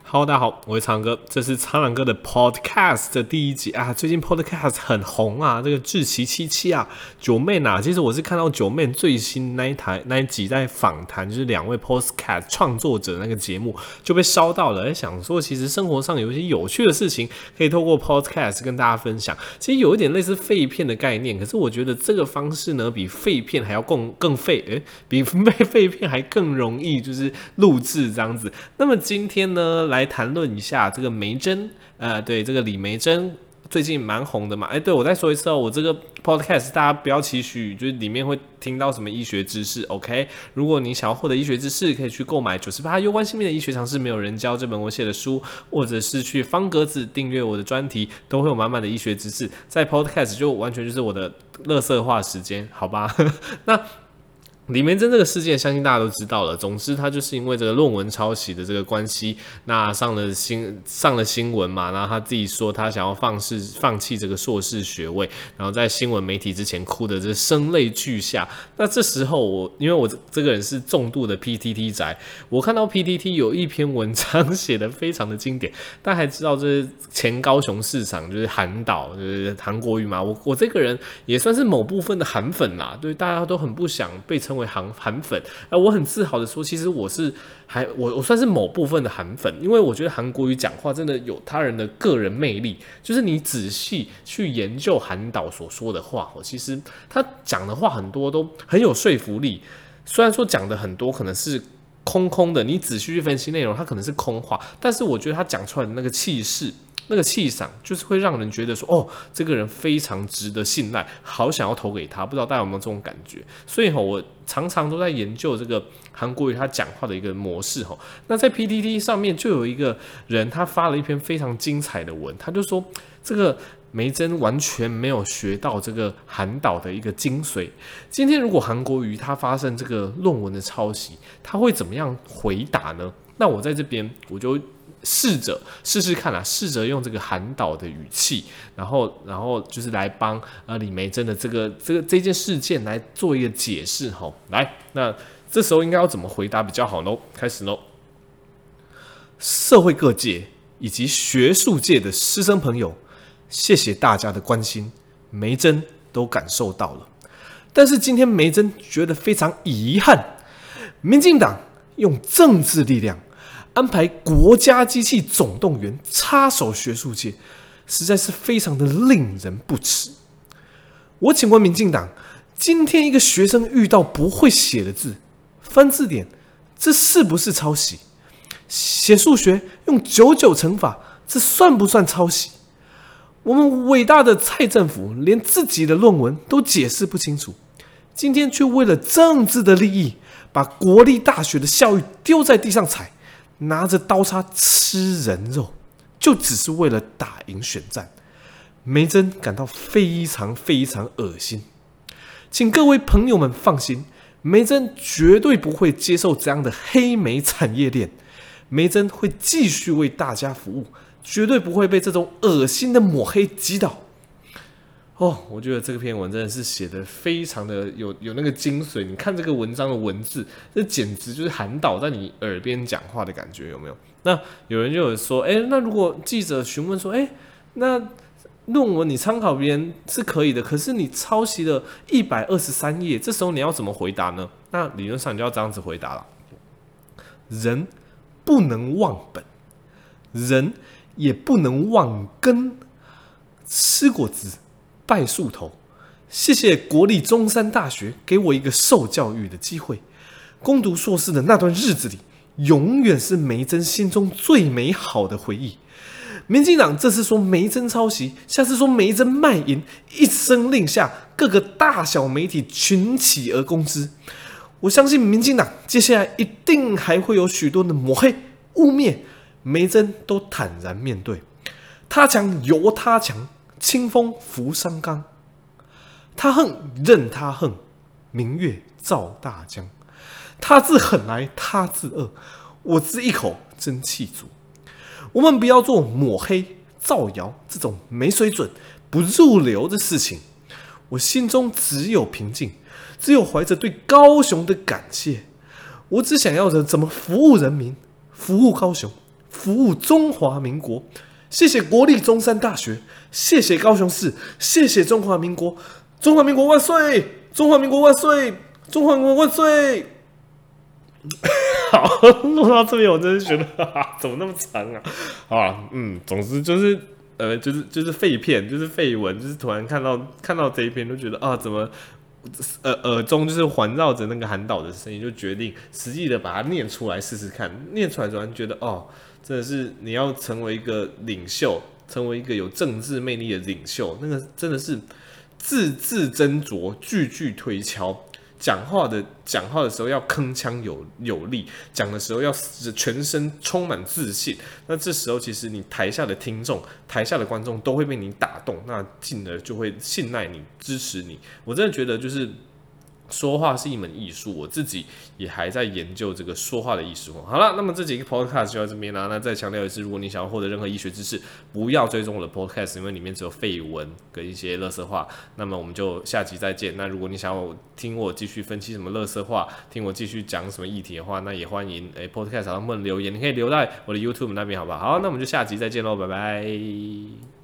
Hello，大家好，我是苍哥，这是苍狼哥的 Podcast 的第一集啊。最近 Podcast 很红啊，这个志祺七七啊，九妹啊，其实我是看到九妹最新那一集在访谈，就是两位 Podcast 创作者那个节目就被烧到了，想说其实生活上有一些有趣的事情可以透过 Podcast 跟大家分享。其实有一点类似废片的概念，可是我觉得这个方式呢，比废片还要更废，比废片还更容易就是录制这样子。那么今天呢，来谈论一下这个梅珍，对，这个李梅珍最近蛮红的嘛。对，我再说一次哦，我这个 podcast 大家不要期许，就是里面会听到什么医学知识 ，OK？ 如果你想要获得医学知识，可以去购买98攸关性命的医学常识没有人教这本我写的书，或者是去方格子订阅我的专题，都会有满满的医学知识。在 podcast 就完全就是我的垃圾话时间，好吧？那李梅珍这个事件，相信大家都知道了。总之，他就是因为这个论文抄袭的这个关系，那上了新闻嘛，然后他自己说他想要放弃这个硕士学位，然后在新闻媒体之前哭的这声泪俱下。那这时候因为我这个人是重度的 PTT 宅，我看到 PTT 有一篇文章写的非常的经典，大家还知道这是前高雄市长就是韩导，就是韩国瑜嘛。我这个人也算是某部分的韩粉啦，对，大家都很不想被称为韩粉，我很自豪的说，其实我算是某部分的韩粉，因为我觉得韩国瑜讲话真的有他人的个人魅力，就是你仔细去研究韩导所说的话，其实他讲的话很多都很有说服力，虽然说讲的很多可能是空的，你仔细去分析内容，它可能是空话，但是我觉得他讲出来的那个气势。那个气场就是会让人觉得说，哦，这个人非常值得信赖，好想要投给他。不知道大家有没有这种感觉？所以我常常都在研究这个韩国瑜他讲话的一个模式。那在 PTT 上面就有一个人，他发了一篇非常精彩的文，他就说这个梅珍完全没有学到这个韩导的一个精髓。今天如果韩国瑜他发生这个论文的抄袭，他会怎么样回答呢？那我在这边我就试试看啦，试着用这个韩导的语气，然后就是来帮李梅珍的这件事件来做一个解释哈。来，那这时候应该要怎么回答比较好呢？开始喽。社会各界以及学术界的师生朋友，谢谢大家的关心，梅珍都感受到了。但是今天梅珍觉得非常遗憾，民进党用政治力量安排国家机器总动员插手学术界，实在是非常的令人不齿。我请问民进党，今天一个学生遇到不会写的字，翻字典，这是不是抄袭？写数学用99乘法，这算不算抄袭？我们伟大的蔡政府连自己的论文都解释不清楚，今天却为了政治的利益，把国立大学的校誉丢在地上踩，拿着刀叉吃人肉，就只是为了打赢选战。梅珍感到非常非常恶心，请各位朋友们放心，梅珍绝对不会接受这样的黑莓产业链，梅珍会继续为大家服务，绝对不会被这种恶心的抹黑击倒。我觉得这篇文真的是写的非常的有那个精髓。你看这个文章的文字，这简直就是韩导在你耳边讲话的感觉，有没有？那有人就有说，那如果记者询问说，那论文你参考别人是可以的，可是你抄袭了123页，这时候你要怎么回答呢？那理论上你就要这样子回答了：人不能忘本，人也不能忘根。吃果子拜树头，谢谢国立中山大学给我一个受教育的机会。攻读硕士的那段日子里，永远是梅珍心中最美好的回忆。民进党这次说梅珍抄袭，下次说梅珍卖淫，一声令下，各个大小媒体群起而攻之。我相信民进党接下来一定还会有许多的抹黑、污蔑，梅珍都坦然面对。他强由他强，清风拂山岗。他横任他横，明月照大江。他自狠来他自恶，我自一口真气足。我们不要做抹黑、造谣这种没水准、不入流的事情。我心中只有平静，只有怀着对高雄的感谢。我只想要着怎么服务人民，服务高雄，服服务中华民国。谢谢国立中山大学，谢谢高雄市，谢谢中华民国，中华民国万岁！中华民国万岁！中华民国万岁！好，录到这边我真是觉得怎么那么长啊？总之就是就是废片，就是废文，就是突然看到这一篇就觉得怎么耳中就是环绕着那个韩导的声音，就决定实际的把它念出来试试看。念出来突然觉得真的是你要成为一个领袖，成为一个有政治魅力的领袖，那个真的是字字斟酌，句句推敲。讲话的时候要铿锵有力，讲的时候要全身充满自信。那这时候其实你台下的听众、台下的观众都会被你打动，那进而就会信赖你、支持你。我真的觉得就是说话是一门艺术，我自己也还在研究这个说话的艺术。好了，那么这几个 podcast 就到这边啦。那再强调一次，如果你想要获得任何医学知识，不要追踪我的 podcast， 因为里面只有废文跟一些垃圾话。那么我们就下集再见。那如果你想要听我继续分析什么垃圾话，听我继续讲什么议题的话，那也欢迎podcast 上面留言，你可以留在我的 YouTube 那边，好不好？好，那我们就下集再见喽，拜拜。